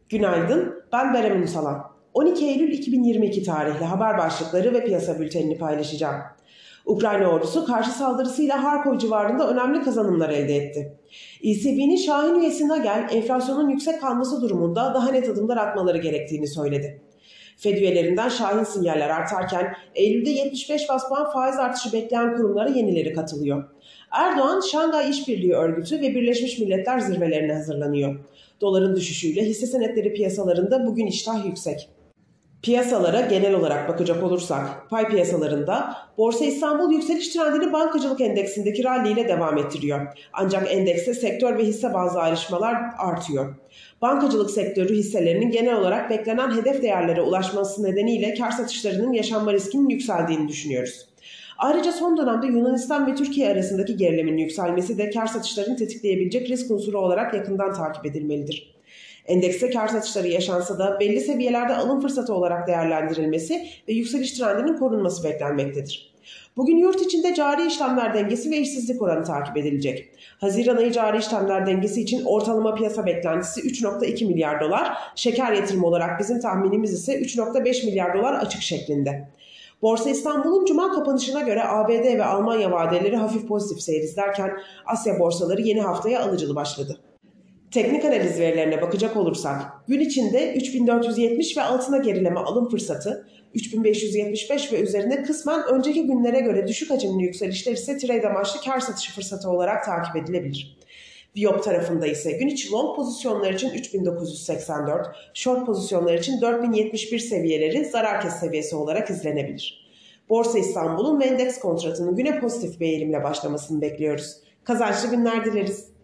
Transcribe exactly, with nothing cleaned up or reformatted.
Günaydın, ben Berem Ünsalan. on iki Eylül iki bin yirmi iki tarihli haber başlıkları ve piyasa bültenini paylaşacağım. Ukrayna ordusu karşı saldırısıyla Harkov civarında önemli kazanımlar elde etti. E C B'nin Şahin üyesi Nagel, enflasyonun yüksek kalması durumunda daha net adımlar atmaları gerektiğini söyledi. Fed üyelerinden Şahin sinyaller artarken Eylül'de yetmiş beş bas puan faiz artışı bekleyen kurumlara yenileri katılıyor. Erdoğan, Şangay İşbirliği Örgütü ve Birleşmiş Milletler zirvelerine hazırlanıyor. Doların düşüşüyle hisse senetleri piyasalarında bugün iştah yüksek. Piyasalara genel olarak bakacak olursak, pay piyasalarında Borsa İstanbul yükseliş trendini bankacılık endeksindeki rally ile devam ettiriyor. Ancak endekste sektör ve hisse bazlı ayrışmalar artıyor. Bankacılık sektörü hisselerinin genel olarak beklenen hedef değerlere ulaşması nedeniyle kar satışlarının yaşanma riskinin yükseldiğini düşünüyoruz. Ayrıca son dönemde Yunanistan ve Türkiye arasındaki gerilimin yükselmesi de kar satışlarını tetikleyebilecek risk unsuru olarak yakından takip edilmelidir. Endekste kar satışları yaşansa da belli seviyelerde alım fırsatı olarak değerlendirilmesi ve yükseliş trendinin korunması beklenmektedir. Bugün yurt içinde cari işlemler dengesi ve işsizlik oranı takip edilecek. Haziran ayı cari işlemler dengesi için ortalama piyasa beklentisi üç virgül iki milyar dolar, şeker yatırımı olarak bizim tahminimiz ise üç virgül beş milyar dolar açık şeklinde. Borsa İstanbul'un Cuma kapanışına göre A B D ve Almanya vadeleri hafif pozitif seyir izlerken Asya borsaları yeni haftaya alıcılı başladı. Teknik analiz verilerine bakacak olursak, gün içinde üç bin dört yüz yetmiş ve altına gerileme alım fırsatı, üç bin beş yüz yetmiş beş ve üzerinde kısmen önceki günlere göre düşük hacimli yükselişler ise trade amaçlı kar satışı fırsatı olarak takip edilebilir. Viyop tarafında ise gün içi long pozisyonlar için üç bin dokuz yüz seksen dört, short pozisyonlar için dört bin yetmiş bir seviyeleri zarar kes seviyesi olarak izlenebilir. Borsa İstanbul'un ve endeks kontratının güne pozitif bir eğilimle başlamasını bekliyoruz. Kazançlı günler dileriz.